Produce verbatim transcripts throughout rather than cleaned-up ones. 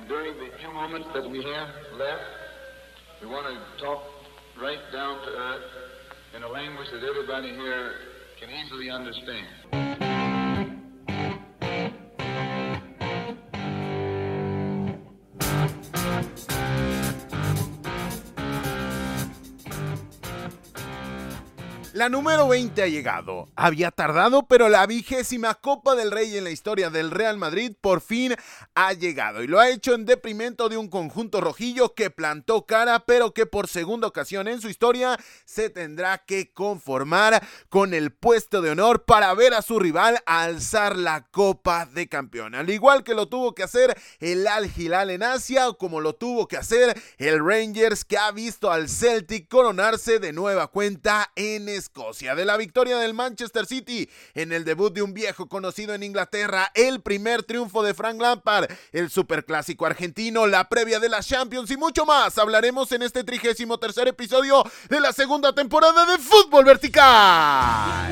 during the few moments that we have left, we want to talk right down to earth in a language that everybody here can easily understand. La número veinte ha llegado. Había tardado, pero la vigésima Copa del Rey en la historia del Real Madrid por fin ha llegado. Y lo ha hecho en detrimento de un conjunto rojillo que plantó cara, pero que por segunda ocasión en su historia se tendrá que conformar con el puesto de honor para ver a su rival alzar la Copa de Campeón. Al igual que lo tuvo que hacer el Al Hilal en Asia, o como lo tuvo que hacer el Rangers, que ha visto al Celtic coronarse de nueva cuenta en Escocia. De la victoria del Manchester City en el debut de un viejo conocido en Inglaterra, el primer triunfo de Frank Lampard, el superclásico argentino, la previa de la Champions y mucho más hablaremos en este trigésimo tercer episodio de la segunda temporada de Fútbol Vertical.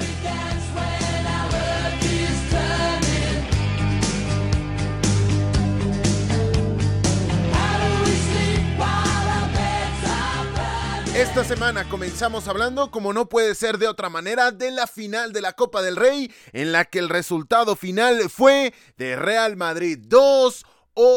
Esta semana comenzamos hablando, como no puede ser de otra manera, de la final de la Copa del Rey, en la que el resultado final fue de Real Madrid dos,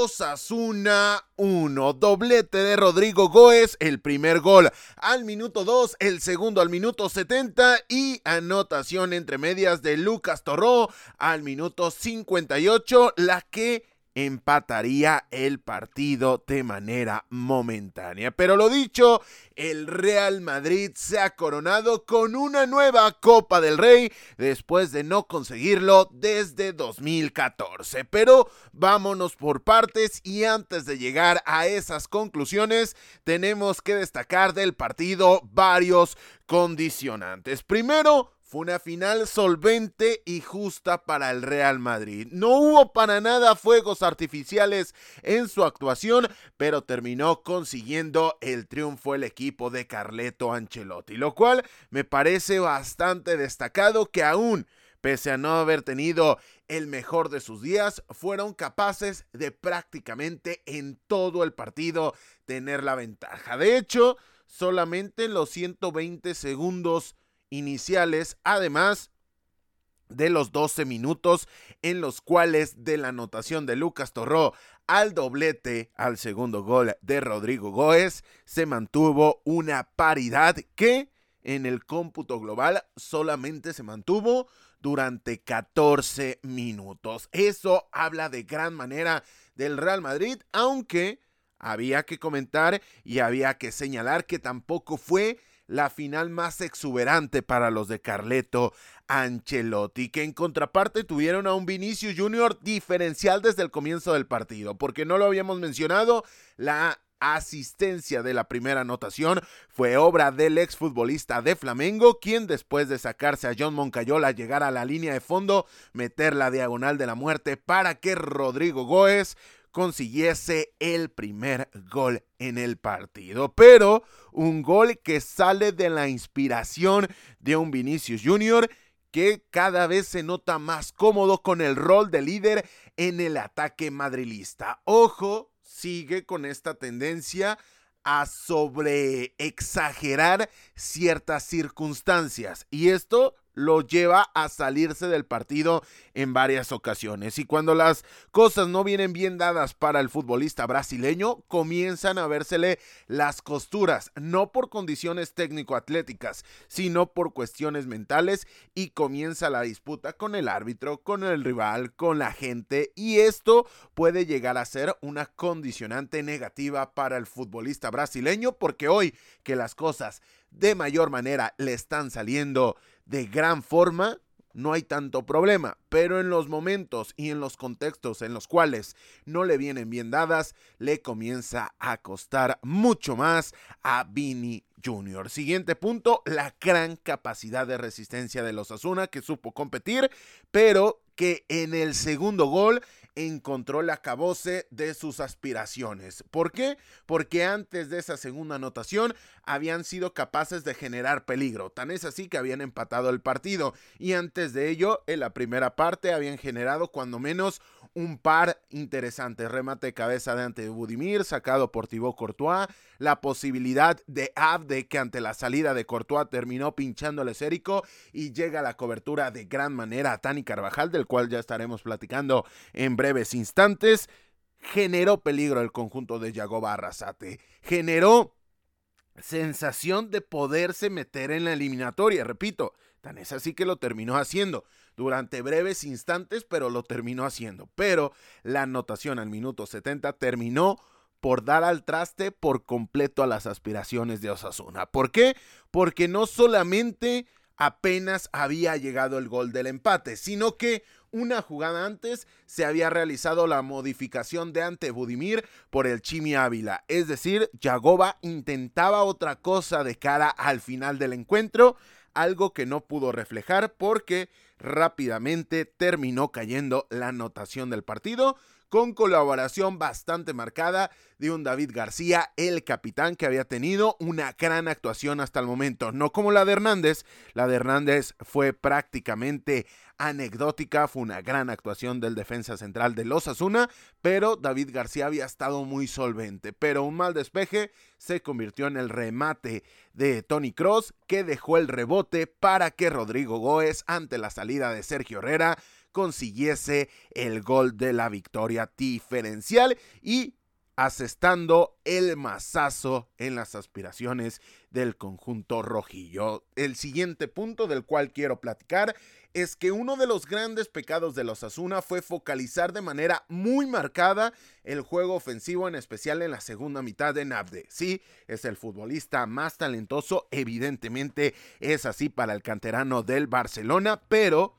Osasuna uno, doblete de Rodrigo Goes, el primer gol al minuto dos, el segundo al minuto setenta y anotación entre medias de Lucas Torró al minuto cincuenta y ocho, la que empataría el partido de manera momentánea. Pero lo dicho, el Real Madrid se ha coronado con una nueva Copa del Rey después de no conseguirlo desde dos mil catorce. Pero vámonos por partes y antes de llegar a esas conclusiones tenemos que destacar del partido varios condicionantes. Primero, fue una final solvente y justa para el Real Madrid. No hubo para nada fuegos artificiales en su actuación, pero terminó consiguiendo el triunfo el equipo de Carleto Ancelotti, lo cual me parece bastante destacado que aún, pese a no haber tenido el mejor de sus días, fueron capaces de prácticamente en todo el partido tener la ventaja. De hecho, solamente en los ciento veinte segundos iniciales, además de los doce minutos en los cuales de la anotación de Lucas Torró al doblete al segundo gol de Rodrigo Goes, se mantuvo una paridad que en el cómputo global solamente se mantuvo durante catorce minutos. Eso habla de gran manera del Real Madrid, aunque había que comentar y había que señalar que tampoco fue la final más exuberante para los de Carleto Ancelotti, que en contraparte tuvieron a un Vinicius Junior diferencial desde el comienzo del partido, porque no lo habíamos mencionado, la asistencia de la primera anotación fue obra del exfutbolista de Flamengo, quien después de sacarse a John Moncayola, llegar a la línea de fondo, meter la diagonal de la muerte para que Rodrigo Goes consiguiese el primer gol en el partido, pero un gol que sale de la inspiración de un Vinicius Junior que cada vez se nota más cómodo con el rol de líder en el ataque madrilista. Ojo, sigue con esta tendencia a sobreexagerar ciertas circunstancias y esto lo lleva a salirse del partido en varias ocasiones. Y cuando las cosas no vienen bien dadas para el futbolista brasileño, comienzan a vérsele las costuras, no por condiciones técnico-atléticas, sino por cuestiones mentales, y comienza la disputa con el árbitro, con el rival, con la gente, y esto puede llegar a ser una condicionante negativa para el futbolista brasileño, porque hoy que las cosas de mayor manera le están saliendo de gran forma, no hay tanto problema, pero en los momentos y en los contextos en los cuales no le vienen bien dadas, le comienza a costar mucho más a Vini Junior. Siguiente punto, la gran capacidad de resistencia de los Osasuna, que supo competir, pero que en el segundo gol encontró el acabose de sus aspiraciones. ¿Por qué? Porque antes de esa segunda anotación habían sido capaces de generar peligro. Tan es así que habían empatado el partido. Y antes de ello, en la primera parte, habían generado cuando menos un par interesante, remate de cabeza de ante Budimir, sacado por Thibaut Courtois, la posibilidad de Abde que ante la salida de Courtois terminó pinchándole esférico y llega a la cobertura de gran manera a Dani Carvajal, del cual ya estaremos platicando en breves instantes. Generó peligro el conjunto de Yagoba Arrasate, generó sensación de poderse meter en la eliminatoria, repito, tan es así que lo terminó haciendo durante breves instantes, pero lo terminó haciendo. Pero la anotación al minuto setenta terminó por dar al traste por completo a las aspiraciones de Osasuna. ¿Por qué? Porque no solamente apenas había llegado el gol del empate, sino que una jugada antes se había realizado la modificación de ante Budimir por el Chimi Ávila. Es decir, Yagoba intentaba otra cosa de cara al final del encuentro, algo que no pudo reflejar porque rápidamente terminó cayendo la anotación del partido, con colaboración bastante marcada de un David García, el capitán, que había tenido una gran actuación hasta el momento, no como la de Hernández. La de Hernández fue prácticamente anecdótica, fue una gran actuación del defensa central de Osasuna, pero David García había estado muy solvente, pero un mal despeje se convirtió en el remate de Toni Kroos, que dejó el rebote para que Rodrigo Goes, ante la salida de Sergio Herrera, consiguiese el gol de la victoria diferencial y asestando el mazazo en las aspiraciones del conjunto rojillo. El siguiente punto del cual quiero platicar es que uno de los grandes pecados de los Osasuna fue focalizar de manera muy marcada el juego ofensivo, en especial en la segunda mitad de Abde. Sí, es el futbolista más talentoso, evidentemente es así para el canterano del Barcelona, pero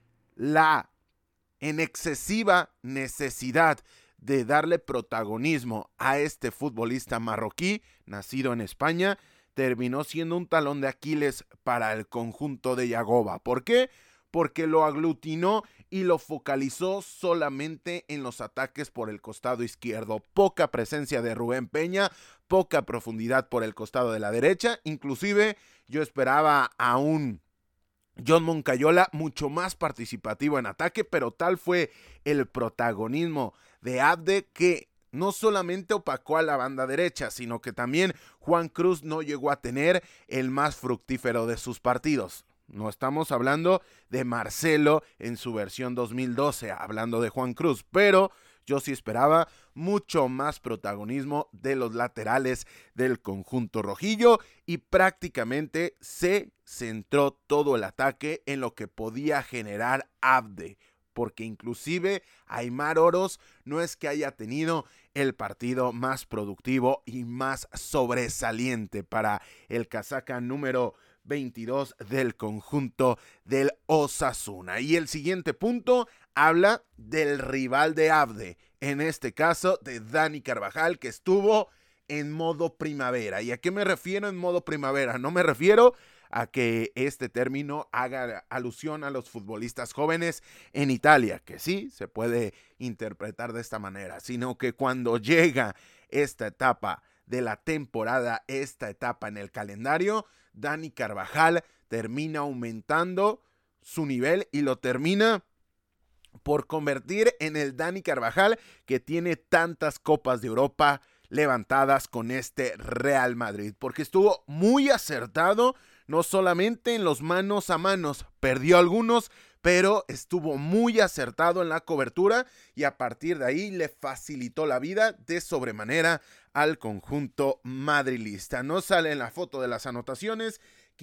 la en excesiva necesidad de darle protagonismo a este futbolista marroquí, nacido en España, terminó siendo un talón de Aquiles para el conjunto de Yagoba. ¿Por qué? Porque lo aglutinó y lo focalizó solamente en los ataques por el costado izquierdo. Poca presencia de Rubén Peña, poca profundidad por el costado de la derecha. Inclusive yo esperaba a un John Moncayola mucho más participativo en ataque, pero tal fue el protagonismo de Abde que no solamente opacó a la banda derecha, sino que también Juan Cruz no llegó a tener el más fructífero de sus partidos. No estamos hablando de Marcelo en su versión dos mil doce, hablando de Juan Cruz, pero yo sí esperaba mucho más protagonismo de los laterales del conjunto rojillo y prácticamente se centró todo el ataque en lo que podía generar Abde, porque inclusive Aimar Oros no es que haya tenido el partido más productivo y más sobresaliente para el casaca número veintidós del conjunto del Osasuna. Y el siguiente punto habla del rival de Abde, en este caso de Dani Carvajal, que estuvo en modo primavera. ¿Y a qué me refiero en modo primavera? No me refiero a que este término haga alusión a los futbolistas jóvenes en Italia, que sí se puede interpretar de esta manera, sino que cuando llega esta etapa de la temporada, esta etapa en el calendario, Dani Carvajal termina aumentando su nivel y lo termina por convertir en el Dani Carvajal que tiene tantas copas de Europa levantadas con este Real Madrid, porque estuvo muy acertado, no solamente en los manos a manos, perdió algunos, pero estuvo muy acertado en la cobertura y a partir de ahí le facilitó la vida de sobremanera al conjunto madrilista. No sale en la foto de las anotaciones,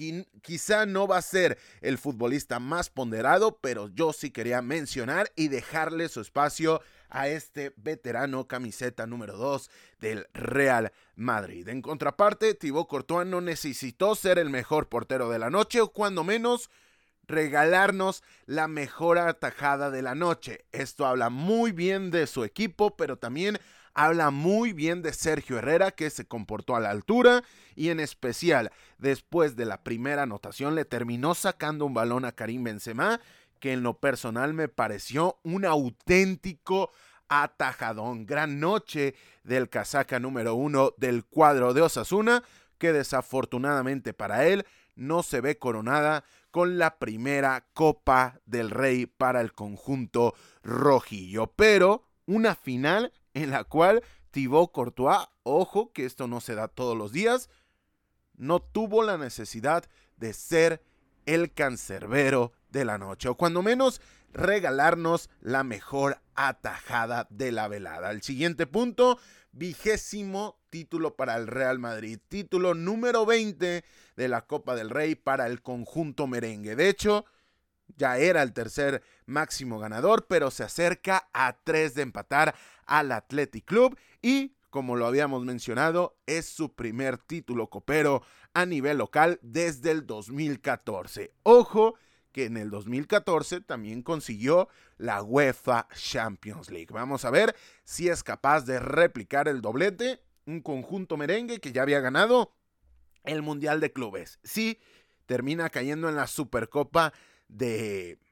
quizá no va a ser el futbolista más ponderado, pero yo sí quería mencionar y dejarle su espacio a este veterano camiseta número dos del Real Madrid. En contraparte, Thibaut Courtois no necesitó ser el mejor portero de la noche, o cuando menos regalarnos la mejor atajada de la noche. Esto habla muy bien de su equipo, pero también habla muy bien de Sergio Herrera, que se comportó a la altura y en especial después de la primera anotación le terminó sacando un balón a Karim Benzema, que en lo personal me pareció un auténtico atajadón. Gran noche del casaca número uno del cuadro de Osasuna, que desafortunadamente para él no se ve coronada con la primera Copa del Rey para el conjunto rojillo. Pero una final en la cual Thibaut Courtois, ojo que esto no se da todos los días, no tuvo la necesidad de ser el cancerbero de la noche, o cuando menos regalarnos la mejor atajada de la velada. El siguiente punto, vigésimo título para el Real Madrid, título número veinte de la Copa del Rey para el conjunto merengue. De hecho, ya era el tercer máximo ganador, pero se acerca a tres de empatar al Athletic Club y, como lo habíamos mencionado, es su primer título copero a nivel local desde el dos mil catorce. Ojo que en el dos mil catorce también consiguió la UEFA Champions League. Vamos a ver si es capaz de replicar el doblete, un conjunto merengue que ya había ganado el Mundial de Clubes. Sí, termina cayendo en la Supercopa de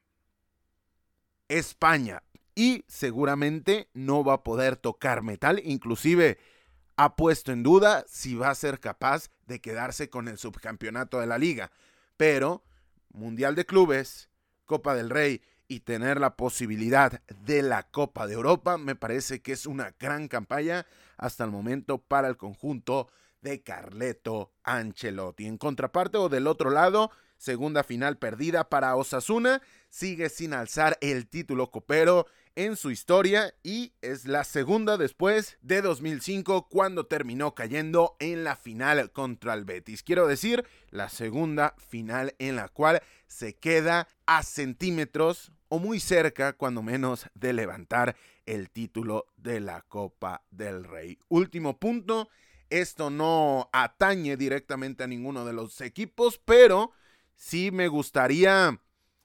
España y seguramente no va a poder tocar metal, inclusive ha puesto en duda si va a ser capaz de quedarse con el subcampeonato de la liga, pero Mundial de Clubes, Copa del Rey y tener la posibilidad de la Copa de Europa me parece que es una gran campaña hasta el momento para el conjunto de Carleto Ancelotti. En contraparte o del otro lado, segunda final perdida para Osasuna, sigue sin alzar el título copero en su historia y es la segunda después de dos mil cinco cuando terminó cayendo en la final contra el Betis. Quiero decir, la segunda final en la cual se queda a centímetros o muy cerca, cuando menos, de levantar el título de la Copa del Rey. Último punto, esto no atañe directamente a ninguno de los equipos, pero sí me gustaría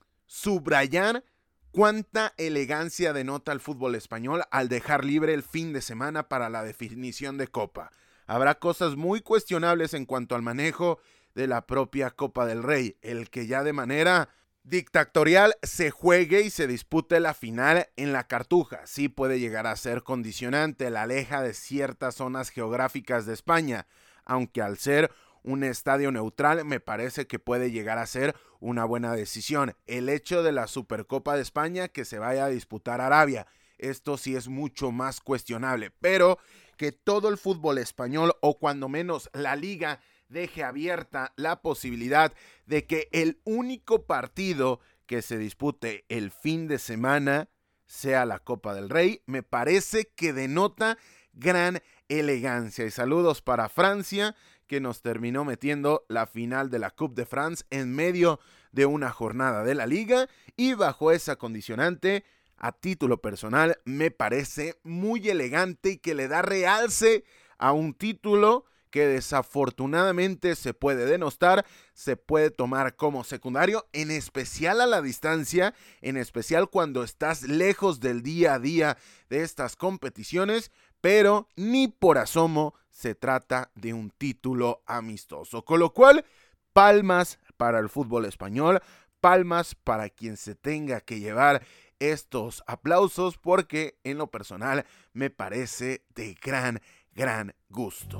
subrayar cuánta elegancia denota el fútbol español al dejar libre el fin de semana para la definición de Copa. Habrá cosas muy cuestionables en cuanto al manejo de la propia Copa del Rey, el que ya de manera dictatorial se juegue y se dispute la final en la Cartuja. Sí puede llegar a ser condicionante, la aleja de ciertas zonas geográficas de España, aunque al ser un estadio neutral me parece que puede llegar a ser una buena decisión. El hecho de la Supercopa de España que se vaya a disputar Arabia, esto sí es mucho más cuestionable, pero que todo el fútbol español o cuando menos la liga deje abierta la posibilidad de que el único partido que se dispute el fin de semana sea la Copa del Rey, me parece que denota gran elegancia. Y saludos para Francia, que nos terminó metiendo la final de la Coupe de France en medio de una jornada de la Liga, y bajo esa condicionante, a título personal, me parece muy elegante y que le da realce a un título que desafortunadamente se puede denostar, se puede tomar como secundario, en especial a la distancia, en especial cuando estás lejos del día a día de estas competiciones, pero ni por asomo se trata de un título amistoso. Con lo cual, palmas para el fútbol español, palmas para quien se tenga que llevar estos aplausos, porque en lo personal me parece de gran, gran gusto.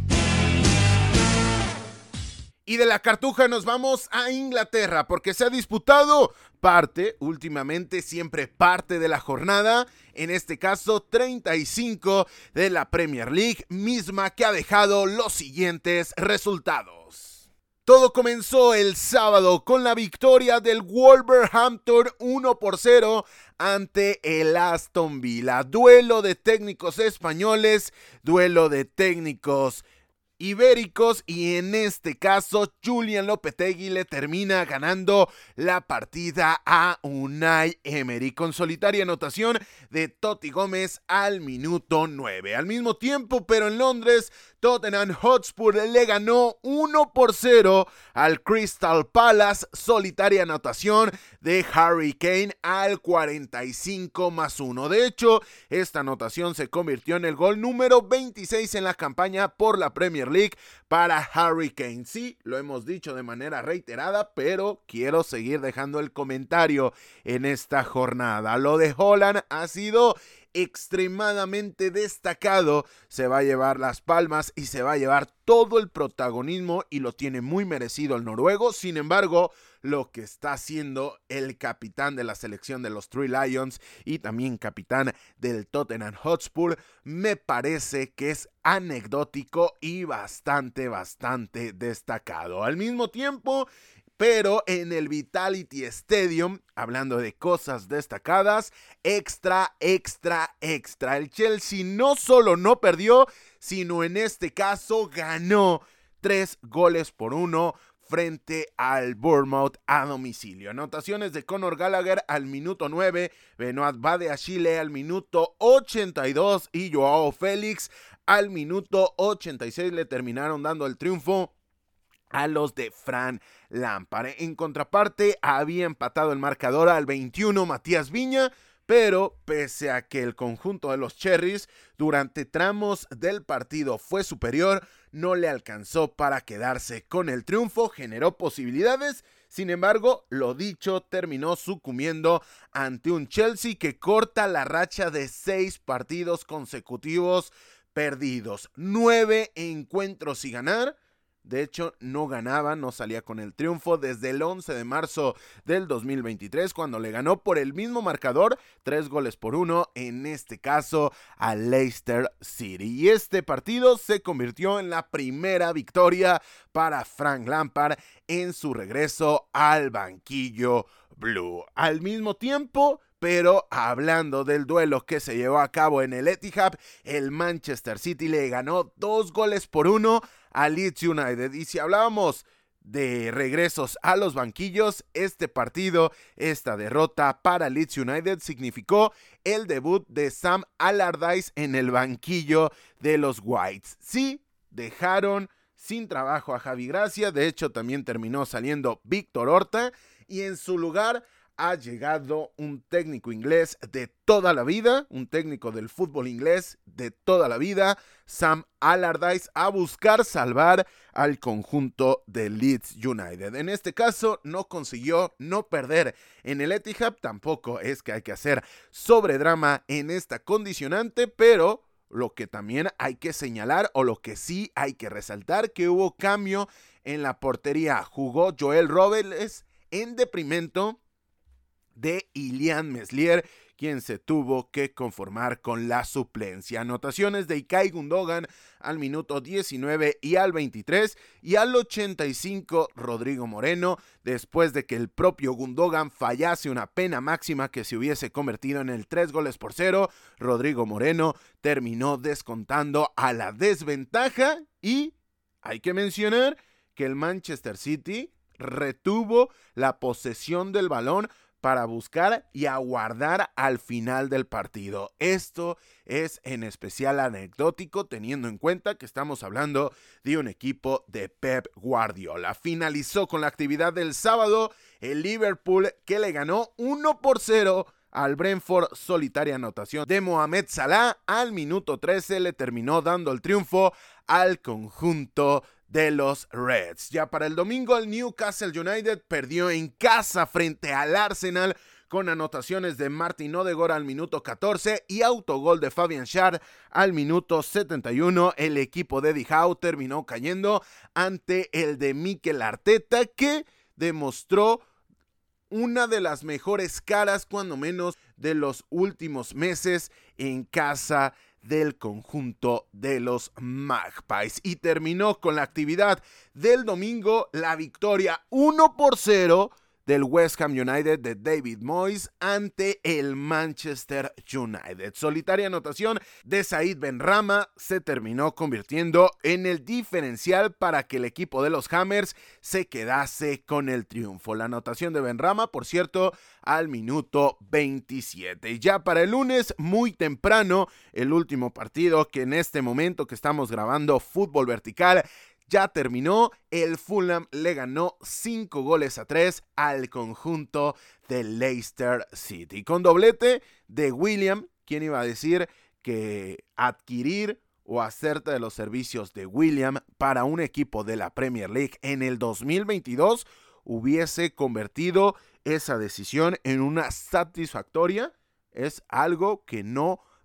Y de la Cartuja nos vamos a Inglaterra, porque se ha disputado parte, últimamente siempre parte de la jornada, en este caso treinta y cinco de la Premier League, misma que ha dejado los siguientes resultados. Todo comenzó el sábado con la victoria del Wolverhampton uno por cero ante el Aston Villa. Duelo de técnicos españoles, duelo de técnicos ibéricos, y en este caso Julian Lopetegui le termina ganando la partida a Unai Emery con solitaria anotación de Totti Gómez al minuto nueve. Al mismo tiempo, pero en Londres, Tottenham Hotspur le ganó uno por cero al Crystal Palace, solitaria anotación de Harry Kane al cuarenta y cinco más uno. De hecho, esta anotación se convirtió en el gol número veintiséis en la campaña por la Premier League para Harry Kane. Sí, lo hemos dicho de manera reiterada, pero quiero seguir dejando el comentario en esta jornada. Lo de Haaland ha sido extremadamente destacado, se va a llevar las palmas y se va a llevar todo el protagonismo y lo tiene muy merecido el noruego. Sin embargo, lo que está haciendo el capitán de la selección de los Three Lions y también capitán del Tottenham Hotspur me parece que es anecdótico y bastante, bastante destacado. Al mismo tiempo, pero en el Vitality Stadium, hablando de cosas destacadas, extra, extra, extra. El Chelsea no solo no perdió, sino en este caso ganó tres goles por uno frente al Bournemouth a domicilio. Anotaciones de Conor Gallagher al minuto nueve, Benoit Badiashile al minuto ochenta y dos y Joao Félix al minuto ochenta y seis le terminaron dando el triunfo a los de Frank Lampard. En contraparte, había empatado el marcador al veintiuno Matías Viña, pero pese a que el conjunto de los Cherries durante tramos del partido fue superior, no le alcanzó para quedarse con el triunfo, generó posibilidades. Sin embargo, lo dicho, terminó sucumbiendo ante un Chelsea que corta la racha de seis partidos consecutivos perdidos, nueve encuentros sin ganar. De hecho, no ganaba, no salía con el triunfo desde el once de marzo del dos mil veintitrés, cuando le ganó por el mismo marcador, tres goles por uno, en este caso a Leicester City. Y este partido se convirtió en la primera victoria para Frank Lampard en su regreso al banquillo blue. Al mismo tiempo, pero hablando del duelo que se llevó a cabo en el Etihad, el Manchester City le ganó dos goles por uno a Leeds United. Y si hablábamos de regresos a los banquillos, este partido, esta derrota para Leeds United significó el debut de Sam Allardyce en el banquillo de los Whites. Sí, dejaron sin trabajo a Javi Gracia, de hecho también terminó saliendo Víctor Horta y en su lugar ha llegado un técnico inglés de toda la vida, un técnico del fútbol inglés de toda la vida, Sam Allardyce, a buscar salvar al conjunto de Leeds United. En este caso no consiguió no perder en el Etihad, tampoco es que hay que hacer sobredrama en esta condicionante, pero lo que también hay que señalar o lo que sí hay que resaltar que hubo cambio en la portería. Jugó Joel Robles en deprimento de Ilian Meslier, quien se tuvo que conformar con la suplencia. Anotaciones de Ilkay Gundogan al minuto diecinueve y al veintitrés, y al ochenta y cinco Rodrigo Moreno, después de que el propio Gundogan fallase una pena máxima que se hubiese convertido en el tres goles por cero, Rodrigo Moreno terminó descontando a la desventaja, y hay que mencionar que el Manchester City retuvo la posesión del balón para buscar y aguardar al final del partido. Esto es en especial anecdótico teniendo en cuenta que estamos hablando de un equipo de Pep Guardiola. Finalizó con la actividad del sábado el Liverpool, que le ganó uno por cero al Brentford. Solitaria anotación de Mohamed Salah al minuto trece le terminó dando el triunfo al conjunto de los Reds. Ya para el domingo, el Newcastle United perdió en casa frente al Arsenal con anotaciones de Martin Odegaard al minuto catorce y autogol de Fabian Schär al minuto setenta y uno. El equipo de Eddie Howe terminó cayendo ante el de Mikel Arteta, que demostró una de las mejores caras, cuando menos, de los últimos meses en casa del conjunto de los Magpies. Y terminó con la actividad del domingo la victoria uno por cero del West Ham United de David Moyes ante el Manchester United. Solitaria anotación de Said Benrahma se terminó convirtiendo en el diferencial para que el equipo de los Hammers se quedase con el triunfo. La anotación de Benrahma, por cierto, al minuto veintisiete. Y ya para el lunes, muy temprano, el último partido que en este momento que estamos grabando, Fútbol Vertical, ya terminó. El Fulham le ganó cinco goles a tres al conjunto de Leicester City. Con doblete de William, ¿quién iba a decir que adquirir o hacerte de los servicios de William para un equipo de la Premier League en el dos mil veintidós hubiese convertido esa decisión en una satisfactoria? Es algo que no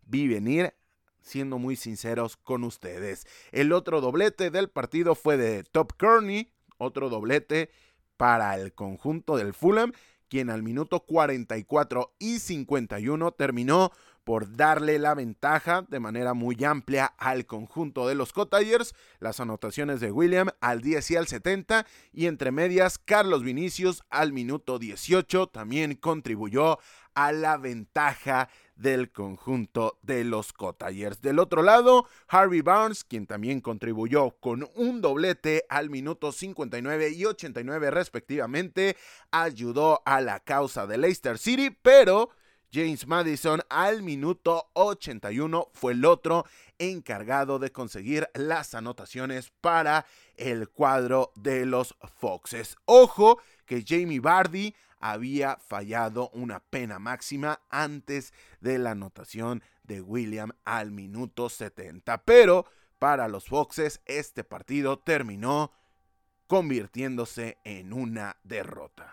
vi venir, siendo muy sinceros con ustedes. El otro doblete del partido fue de Top Kearney, otro doblete para el conjunto del Fulham, quien al minuto cuarenta y cuatro y cincuenta y uno terminó por darle la ventaja de manera muy amplia al conjunto de los Cottagers. Las anotaciones de William al diez y al setenta, y entre medias Carlos Vinicius al minuto dieciocho también contribuyó a la ventaja del conjunto de los Cottagers. Del otro lado, Harvey Barnes, quien también contribuyó con un doblete al minuto cincuenta y nueve y ochenta y nueve respectivamente, ayudó a la causa de Leicester City, pero James Maddison al minuto ochenta y uno fue el otro encargado de conseguir las anotaciones para el cuadro de los Foxes. Ojo que Jamie Vardy había fallado una pena máxima antes de la anotación de William al minuto setenta, pero para los Foxes este partido terminó convirtiéndose en una derrota.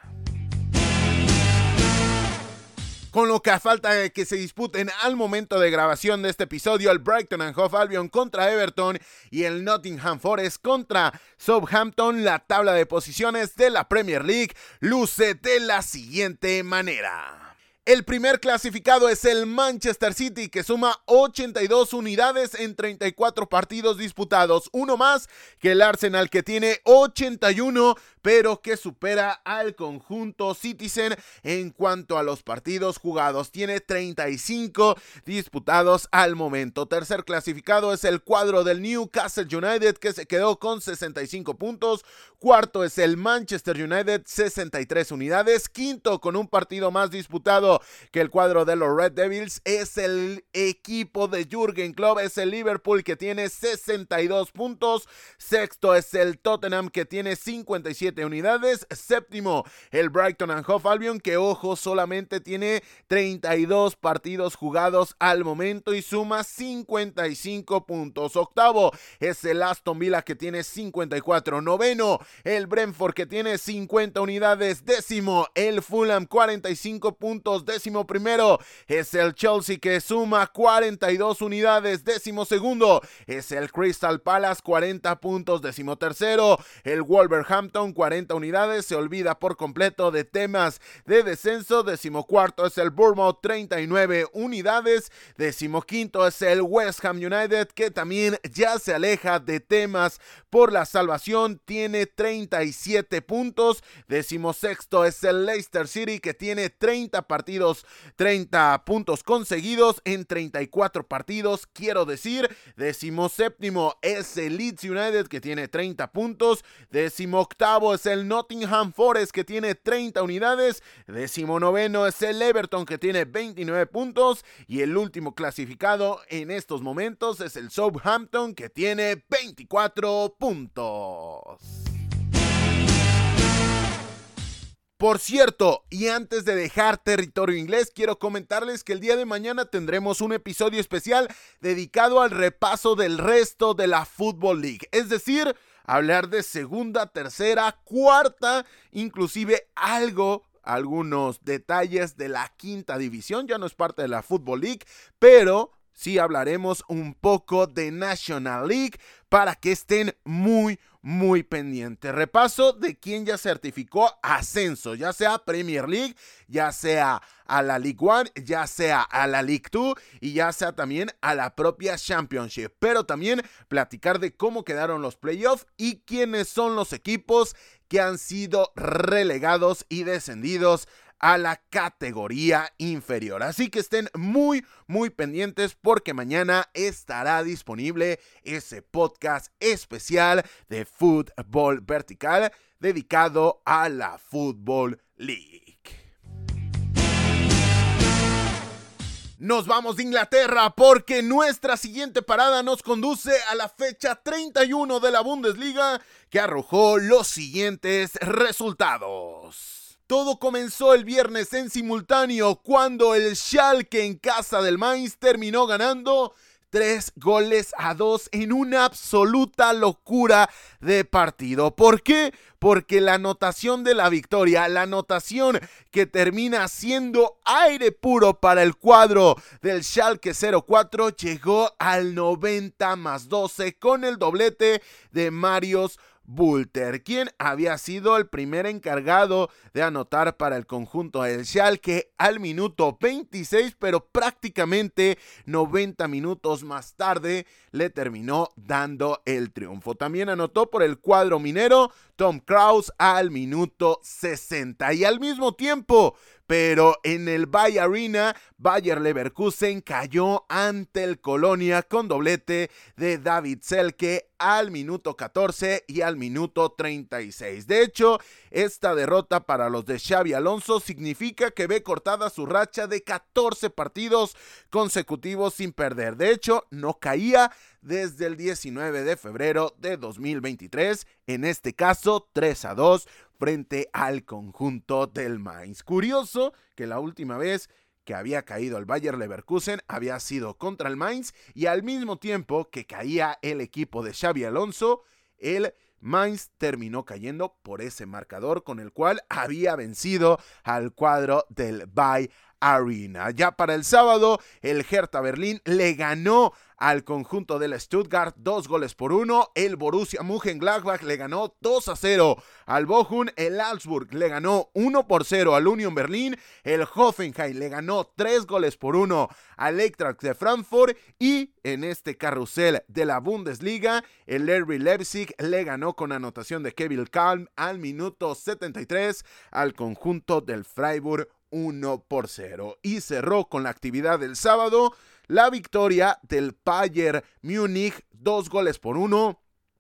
Con lo que a falta de que se disputen al momento de grabación de este episodio, el Brighton and Hove Albion contra Everton y el Nottingham Forest contra Southampton, la tabla de posiciones de la Premier League luce de la siguiente manera. El primer clasificado es el Manchester City, que suma ochenta y dos unidades en treinta y cuatro partidos disputados, uno más que el Arsenal, que tiene ochenta y uno, pero que supera al conjunto Citizen en cuanto a los partidos jugados. Tiene treinta y cinco disputados al momento. Tercer clasificado es el cuadro del Newcastle United, que se quedó con sesenta y cinco puntos. Cuarto es el Manchester United, sesenta y tres unidades. Quinto, con un partido más disputado que el cuadro de los Red Devils, es el equipo de Jürgen Klopp, es el Liverpool, que tiene sesenta y dos puntos. Sexto es el Tottenham, que tiene cincuenta y siete unidades. Séptimo, el Brighton and Hove Albion, que ojo, solamente tiene treinta y dos partidos jugados al momento y suma cincuenta y cinco puntos. Octavo es el Aston Villa, que tiene cincuenta y cuatro. Noveno, el Brentford, que tiene cincuenta unidades. Décimo, el Fulham, cuarenta y cinco puntos. Décimo primero es el Chelsea, que suma cuarenta y dos unidades. Décimo segundo es el Crystal Palace, cuarenta puntos. Décimo tercero, el Wolverhampton, cuarenta unidades. Se olvida por completo de temas de descenso. Décimo cuarto es el Bournemouth, treinta y nueve unidades. Décimo quinto es el West Ham United, que también ya se aleja de temas por la salvación, tiene treinta y siete puntos. Décimo sexto es el Leicester City, que tiene treinta partidos, treinta puntos conseguidos en treinta y cuatro partidos, quiero decir. Décimo séptimo es el Leeds United, que tiene treinta puntos. Décimo octavo es el Nottingham Forest, que tiene treinta unidades. Décimo noveno es el Everton, que tiene veintinueve puntos. Y el último clasificado en estos momentos es el Southampton, que tiene veinticuatro puntos. Por cierto, y antes de dejar territorio inglés, quiero comentarles que el día de mañana tendremos un episodio especial dedicado al repaso del resto de la Football League. Es decir, hablar de segunda, tercera, cuarta, inclusive algo, algunos detalles de la quinta división. Ya no es parte de la Football League, pero sí hablaremos un poco de National League para que estén muy, muy pendientes. Repaso de quién ya certificó ascenso, ya sea Premier League, ya sea a la League One, ya sea a la League Two y ya sea también a la propia Championship. Pero también platicar de cómo quedaron los playoffs y quiénes son los equipos que han sido relegados y descendidos a la categoría inferior. Así que estén muy, muy pendientes, porque mañana estará disponible ese podcast especial de Fútbol Vertical dedicado a la Football League. Nos vamos de Inglaterra, porque nuestra siguiente parada nos conduce a la fecha treinta y uno de la Bundesliga, que arrojó los siguientes resultados. Todo comenzó el viernes en simultáneo, cuando el Schalke en casa del Mainz terminó ganando tres goles a dos en una absoluta locura de partido. ¿Por qué? Porque la anotación de la victoria, la anotación que termina siendo aire puro para el cuadro del Schalke cero cuatro, llegó al noventa más doce con el doblete de Marius Bülter, quien había sido el primer encargado de anotar para el conjunto del Schalke al minuto veintiséis, pero prácticamente noventa minutos más tarde le terminó dando el triunfo. También anotó por el cuadro minero Tom Kraus al minuto sesenta, y al mismo tiempo, pero en el Bayer Arena, Bayer Leverkusen cayó ante el Colonia con doblete de David Selke al minuto catorce y al minuto treinta y seis. De hecho, esta derrota para los de Xabi Alonso significa que ve cortada su racha de catorce partidos consecutivos sin perder. De hecho, no caía desde el diecinueve de febrero de dos mil veintitrés, en este caso tres a dos frente al conjunto del Mainz. Curioso que la última vez que había caído el Bayer Leverkusen había sido contra el Mainz, y al mismo tiempo que caía el equipo de Xabi Alonso, el Mainz terminó cayendo por ese marcador con el cual había vencido al cuadro del Bayer Arena. Ya para el sábado, el Hertha Berlín le ganó al conjunto del Stuttgart dos goles por uno. El Borussia Mönchengladbach le ganó dos a cero al Bochum. El Augsburg le ganó uno por cero al Union Berlin. El Hoffenheim le ganó tres goles por uno al Eintracht de Frankfurt. Y en este carrusel de la Bundesliga, el R B Leipzig le ganó con anotación de Kevin Kalm al minuto setenta y tres al conjunto del Freiburg uno por cero. Y cerró con la actividad del sábado la victoria del Bayern Múnich, dos goles por uno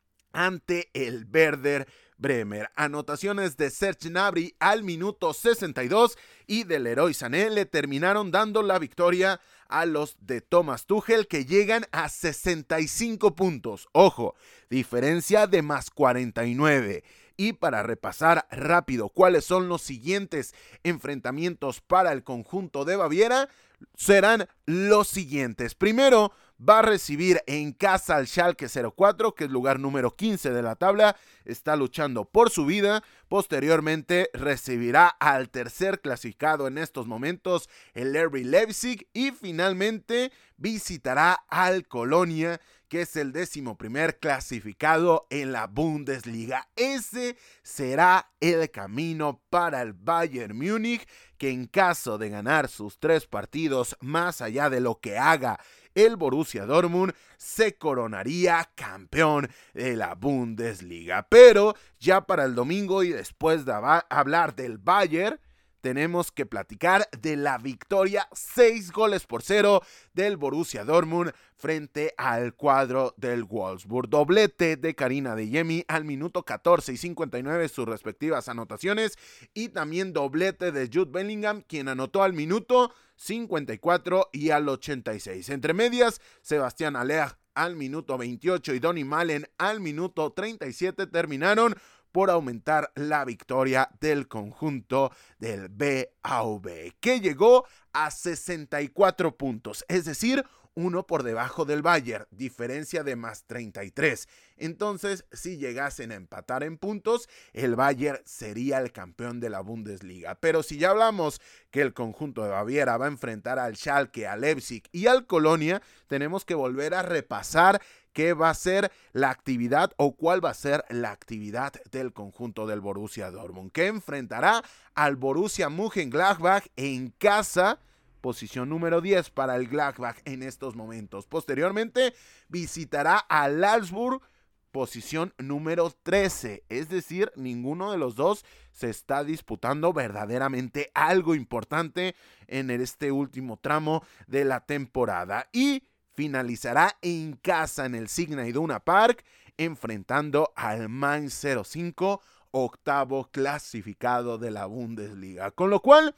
ante el Werder Bremer. Anotaciones de Serge Gnabry al minuto sesenta y dos y de Leroy Sané le terminaron dando la victoria a los de Thomas Tuchel, que llegan a sesenta y cinco puntos. Ojo, diferencia de más cuarenta y nueve. Y para repasar rápido cuáles son los siguientes enfrentamientos para el conjunto de Baviera, serán los siguientes. Primero, va a recibir en casa al Schalke cero cuatro, que es lugar número quince de la tabla, está luchando por su vida. Posteriormente recibirá al tercer clasificado en estos momentos, el R B Leipzig, y finalmente visitará al Colonia, que es el décimo primer clasificado en la Bundesliga. Ese será el camino para el Bayern Múnich, que en caso de ganar sus tres partidos, más allá de lo que haga el Borussia Dortmund, se coronaría campeón de la Bundesliga. Pero ya para el domingo, y después de hablar del Bayern, tenemos que platicar de la victoria seis goles por cero del Borussia Dortmund frente al cuadro del Wolfsburg. Doblete de Karim Adeyemi al minuto catorce y cincuenta y nueve, sus respectivas anotaciones, y también doblete de Jude Bellingham, quien anotó al minuto cincuenta y cuatro y al ochenta y seis. Entre medias, Sebastián Haller al minuto veintiocho y Donny Malen al minuto treinta y siete terminaron por aumentar la victoria del conjunto del B A V, que llegó a sesenta y cuatro puntos, es decir, uno por debajo del Bayern, diferencia de más treinta y tres. Entonces, si llegasen a empatar en puntos, el Bayern sería el campeón de la Bundesliga. Pero si ya hablamos que el conjunto de Baviera va a enfrentar al Schalke, al Leipzig y al Colonia, tenemos que volver a repasar qué va a ser la actividad o cuál va a ser la actividad del conjunto del Borussia Dortmund, que enfrentará al Borussia Mönchengladbach en casa, posición número diez para el Gladbach en estos momentos. Posteriormente visitará al Augsburg, posición número trece, es decir, ninguno de los dos se está disputando verdaderamente algo importante en este último tramo de la temporada, y finalizará en casa en el Signal Iduna Park enfrentando al Mainz cero cinco, octavo clasificado de la Bundesliga. Con lo cual,